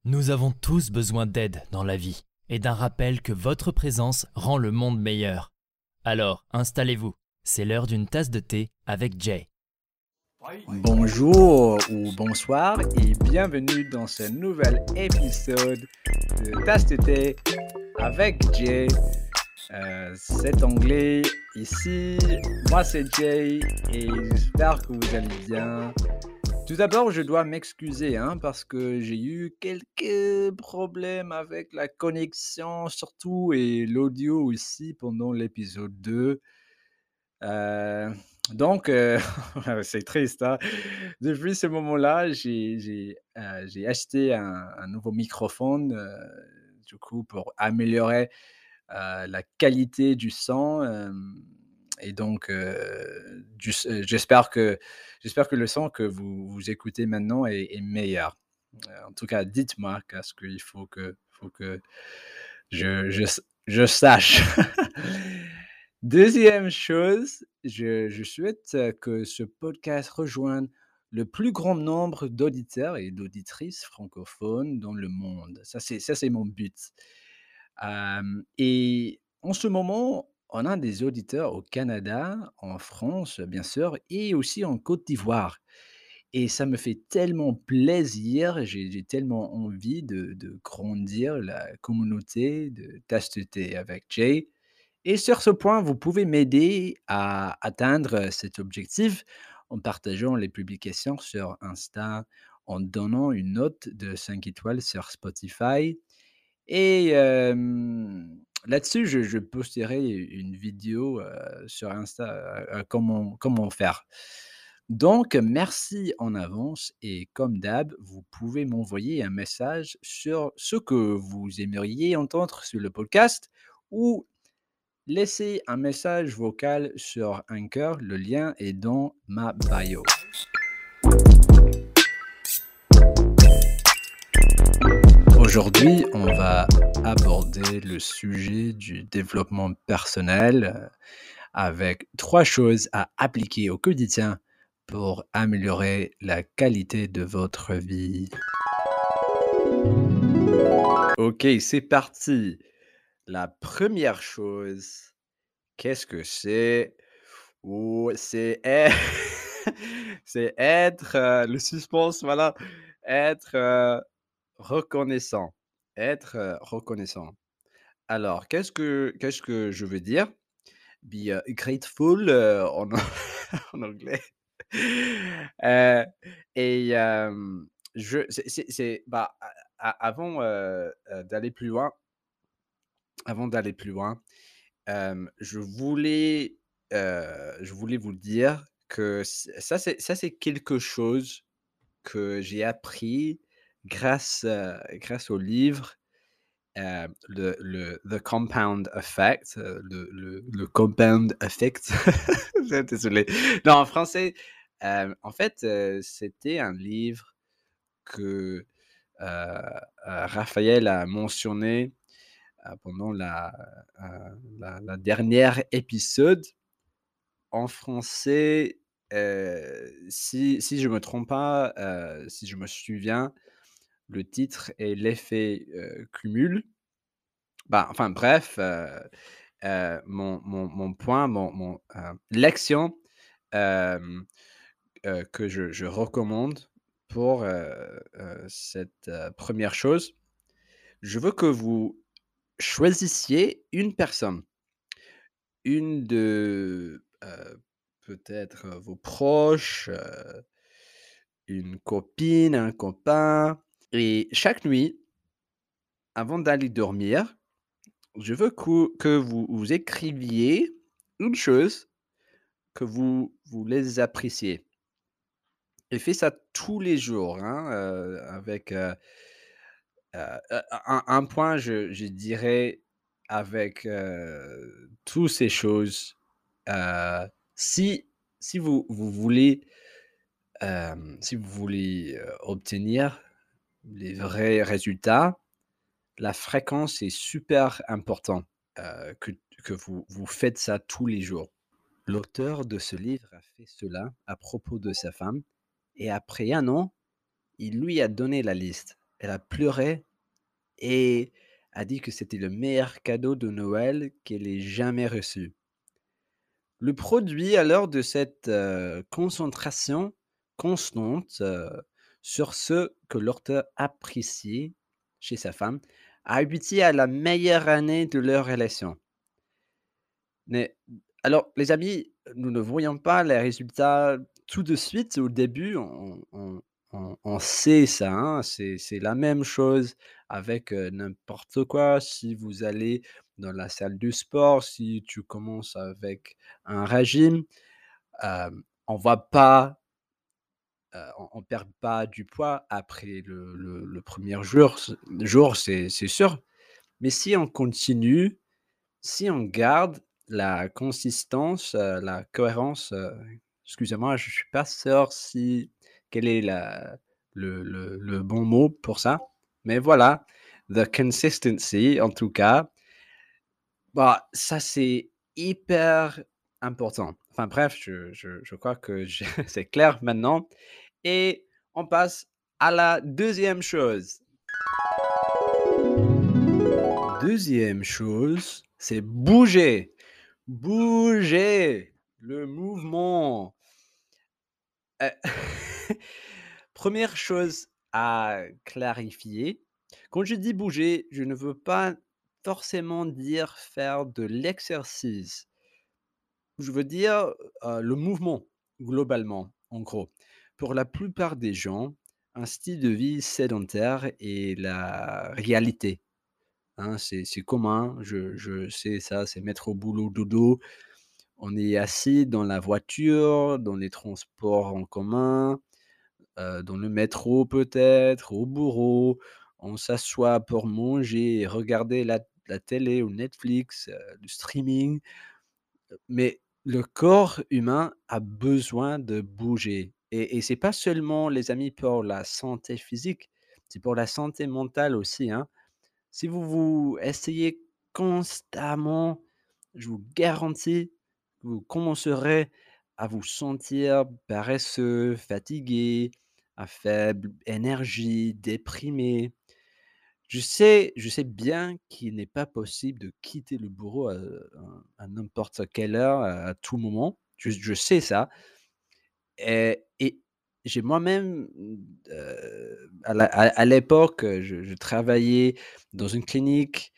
Nous avons tous besoin d'aide dans la vie et d'un rappel que votre présence rend le monde meilleur. Alors, installez-vous. C'est l'heure d'une tasse de thé avec Jay. Bonjour ou bonsoir et bienvenue dans ce nouvel épisode de Tasse de thé avec Jay. C'est anglais ici, moi c'est Jay et j'espère que vous allez bien. Tout d'abord, je dois m'excuser parce que j'ai eu quelques problèmes avec la connexion surtout et l'audio aussi pendant l'épisode 2. Euh, donc, c'est triste. Depuis ce moment-là, j'ai acheté un nouveau microphone du coup pour améliorer la qualité du son. Et donc, j'espère que le son que vous écoutez maintenant est meilleur. En tout cas, dites-moi parce qu'il faut que je sache. Deuxième chose, je souhaite que ce podcast rejoigne le plus grand nombre d'auditeurs et d'auditrices francophones dans le monde. Ça, c'est mon but. Et en ce moment, on a des auditeurs au Canada, en France, bien sûr, et aussi en Côte d'Ivoire. Et ça me fait tellement plaisir, j'ai tellement envie de grandir la communauté de Tasse de thé avec Jay. Et sur ce point, vous pouvez m'aider à atteindre cet objectif en partageant les publications sur Insta, en donnant une note de 5 étoiles sur Spotify. Et là-dessus, je posterai une vidéo sur Insta, comment faire. Donc, merci en avance et comme d'hab, vous pouvez m'envoyer un message sur ce que vous aimeriez entendre sur le podcast ou laisser un message vocal sur Anchor. Le lien est dans ma bio. Aujourd'hui, on va aborder le sujet du développement personnel avec 3 choses à appliquer au quotidien pour améliorer la qualité de votre vie. Ok, c'est parti. La première chose, qu'est-ce que c'est? Oh, c'est être, le suspense, voilà, être reconnaissant. Être reconnaissant. Alors, qu'est-ce que je veux dire? Be grateful en anglais. Euh, et bah, d'aller plus loin, je voulais vous dire que ça c'est quelque chose que j'ai appris grâce au livre The Compound Effect, le Compound Effect. Désolé. Non, en français, en fait, c'était un livre que Raphaël a mentionné pendant la dernière épisode. En français, si je me trompe pas, si je me souviens, le titre est l'effet cumul. Bah, enfin bref, mon point, l'action que je recommande pour cette première chose, je veux que vous choisissiez une personne, une de peut-être vos proches, une copine, un copain, et chaque nuit, avant d'aller dormir, je veux que vous écriviez une chose que vous les appréciez et faites ça tous les jours, avec, un point, je dirais avec, tous ces choses, si vous voulez, obtenir les vrais résultats, la fréquence est super important, que vous faites ça tous les jours. L'auteur de ce livre a fait cela à propos de sa femme et après 1 an, il lui a donné la liste elle a pleuré et a dit que c'était le meilleur cadeau de Noël qu'elle ait jamais reçu. Le produit alors de cette, concentration constante, sur ce que l'auteur appréciait chez sa femme, a abouti à la meilleure année de leur relation. Mais alors les amis, nous ne voyons pas les résultats tout de suite au début, on sait ça, hein, c'est la même chose avec, n'importe quoi. Si vous allez dans la salle de sport, si tu commences avec un régime, on va pas, on perd pas du poids après le 1er jour, c'est sûr. Mais si on continue, si on garde la consistance, la cohérence, excusez-moi, je suis pas sûr si quel est le bon mot pour ça, mais voilà, the consistency en tout cas, bah, ça c'est hyper important. Enfin bref, je crois que je c'est clair maintenant et on passe à la deuxième chose. Deuxième chose, c'est bouger. Bouger, le mouvement. Heu, 1 chose à clarifier, quand je dis bouger, je ne veux pas forcément dire faire de l'exercice. Je veux dire, le mouvement globalement, en gros. Pour la plupart des gens, un style de vie sédentaire est la réalité, hein. C'est commun, je sais ça, c'est métro boulot dodo. On est assis dans la voiture, dans les transports en commun, dans le métro peut-être, au bureau. On s'assoit pour manger et regarder la télé ou Netflix, le streaming. Mais le corps humain a besoin de bouger et c'est pas seulement, les amis, pour la santé physique, c'est pour la santé mentale aussi, hein. Si vous essayez constamment, je vous garantis que vous commencerez à vous sentir paresseux, fatigué, à faible énergie, déprimé. Je sais bien qu'il n'est pas possible de quitter le bureau à n'importe quelle heure, à tout moment. Je sais ça et j'ai moi-même, à l'époque, je travaillais dans une clinique,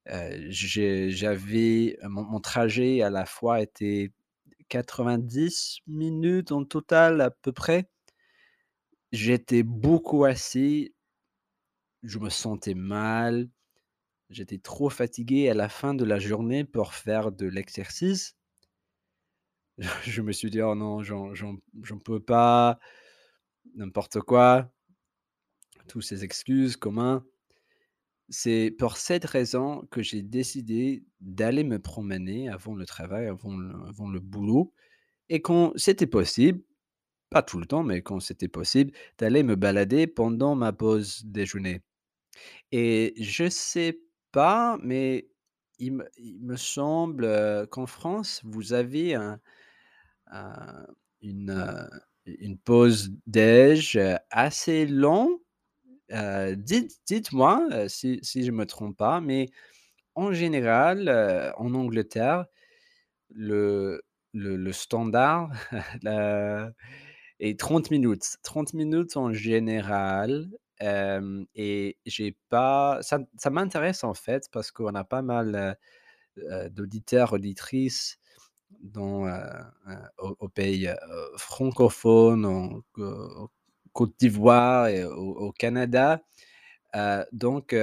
j'avais mon trajet à la fois était 90 minutes en total à peu près. J'étais beaucoup assis, je me sentais mal, j'étais trop fatigué à la fin de la journée pour faire de l'exercice. Je me suis dit: «Oh non, j'en peux pas», n'importe quoi, tous ces excuses communs. C'est pour cette raison que j'ai décidé d'aller me promener avant le travail, avant le boulot et quand c'était possible, pas tout le temps, mais quand c'était possible, d'aller me balader pendant ma pause déjeuner et je sais pas, mais il me semble, qu'en France, vous avez un une, une pause déj, assez long. Dites-moi, si je me trompe pas, mais en général, en Angleterre, le le standard, la est 30 minutes. 30 minutes en général, et j'ai pas ça m'intéresse en fait parce qu'on a pas mal, d'auditeurs, auditrices dans, au pays, francophones, en Côte d'Ivoire et au Canada. Donc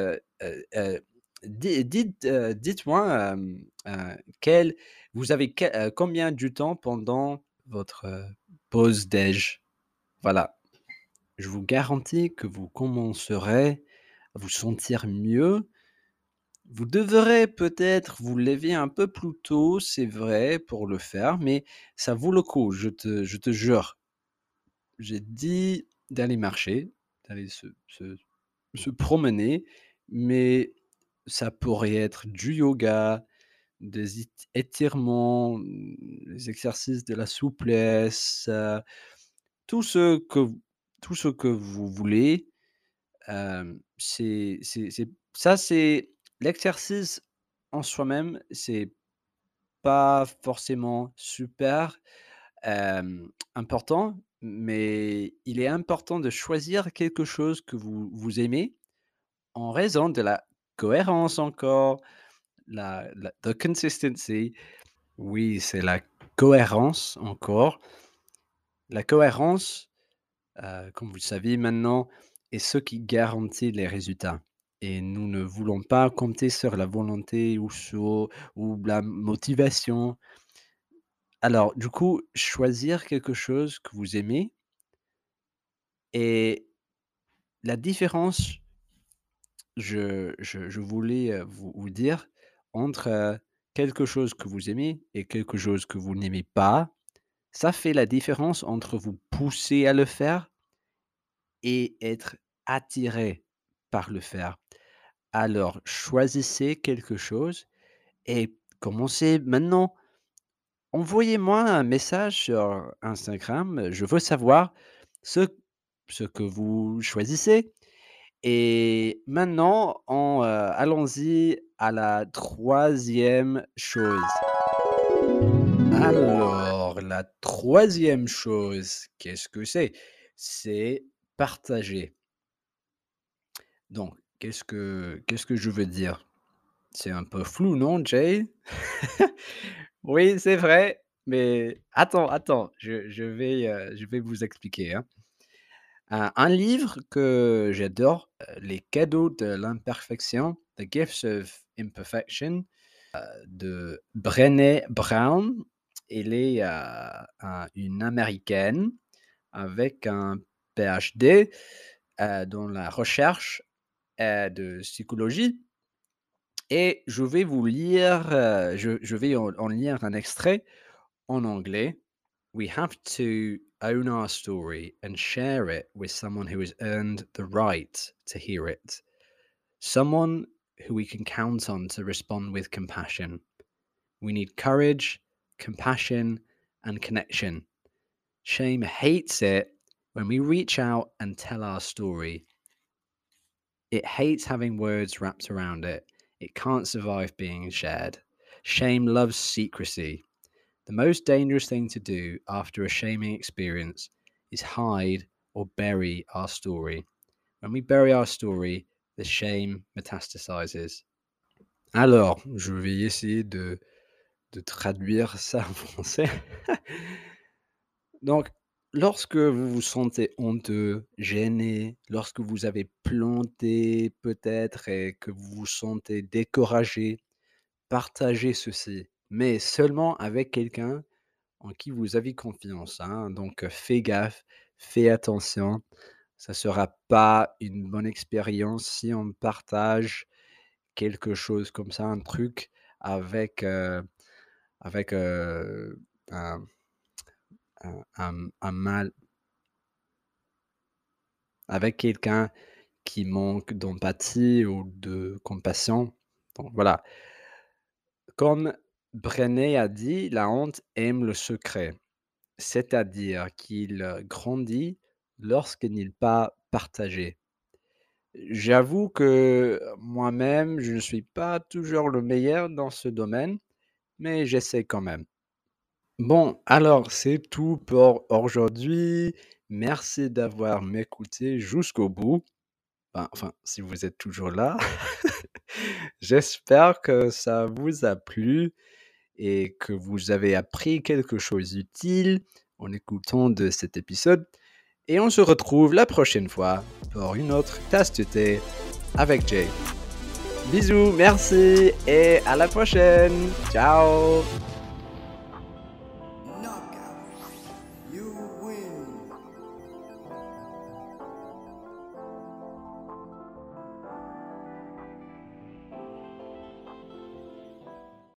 dites-moi, quel vous avez combien du temps pendant votre, pause déj? Voilà. Je vous garantis que vous commencerez à vous sentir mieux. Vous devrez peut-être vous lever un peu plus tôt, c'est vrai, pour le faire, mais ça vaut le coup, je te jure. J'ai dit d'aller marcher, d'aller se promener, mais ça pourrait être du yoga, des étirements, des exercices de la souplesse, tout ce que tout ce que vous voulez, C'est ça, c'est l'exercice en soi-même, c'est pas forcément super, important, mais il est important de choisir quelque chose que vous aimez en raison de la cohérence encore, la the consistency. Oui, c'est la cohérence encore. La cohérence, comme vous le savez maintenant, est ce qui garantit les résultats et nous ne voulons pas compter sur la volonté ou la motivation. Alors du coup, choisir quelque chose que vous aimez et la différence, je voulais, vous dire entre, quelque chose que vous aimez et quelque chose que vous n'aimez pas, ça fait la différence entre vous pousser à le faire et être attiré par le faire. Alors choisissez quelque chose et commencez maintenant. Envoyez-moi un message sur Instagram, je veux savoir ce que vous choisissez. Et maintenant, allons-y à la troisième chose. Alors, la troisième chose, qu'est-ce que c'est? C'est partager. Donc, qu'est-ce que je veux dire? C'est un peu flou, non, Jay? Oui, c'est vrai, mais attends, je vais vous expliquer, hein. Un livre que j'adore, Les cadeaux de l'imperfection, The Gifts of Imperfection, de Brené Brown. Elle est, une Américaine avec un PhD, dans la recherche, de psychologie et je vais vous lire, je vais en lire un extrait en anglais. We have to own our story and share it with someone who has earned the right to hear it. Someone who we can count on to respond with compassion. We need courage, compassion, and connection. Shame hates it when we reach out and tell our story. It hates having words wrapped around it. It can't survive being shared. Shame loves secrecy. The most dangerous thing to do after a shaming experience is hide or bury our story. When we bury our story, the shame metastasizes. Alors, je vais essayer de traduire ça en français. Donc, lorsque vous vous sentez honteux, gêné, lorsque vous avez planté peut-être et que vous vous sentez découragé, partagez ceci, mais seulement avec quelqu'un en qui vous avez confiance, hein. Donc, fais gaffe, fais attention. Ça sera pas une bonne expérience si on partage quelque chose comme ça, un truc avec, un un mal avec quelqu'un qui manque d'empathie ou de compassion. Donc voilà. Comme Brené a dit, la honte aime le secret, c'est-à-dire qu'il grandit lorsqu'il n'est pas partagé. J'avoue que moi-même, je ne suis pas toujours le meilleur dans ce domaine, mais j'essaie quand même. Bon, alors c'est tout pour aujourd'hui. Merci d'avoir m'écouté jusqu'au bout. Enfin, si vous êtes toujours là. J'espère que ça vous a plu et que vous avez appris quelque chose d'utile en écoutant de cet épisode. Et on se retrouve la prochaine fois pour une autre tasse de thé avec Jay. Bisous, merci et à la prochaine. Ciao.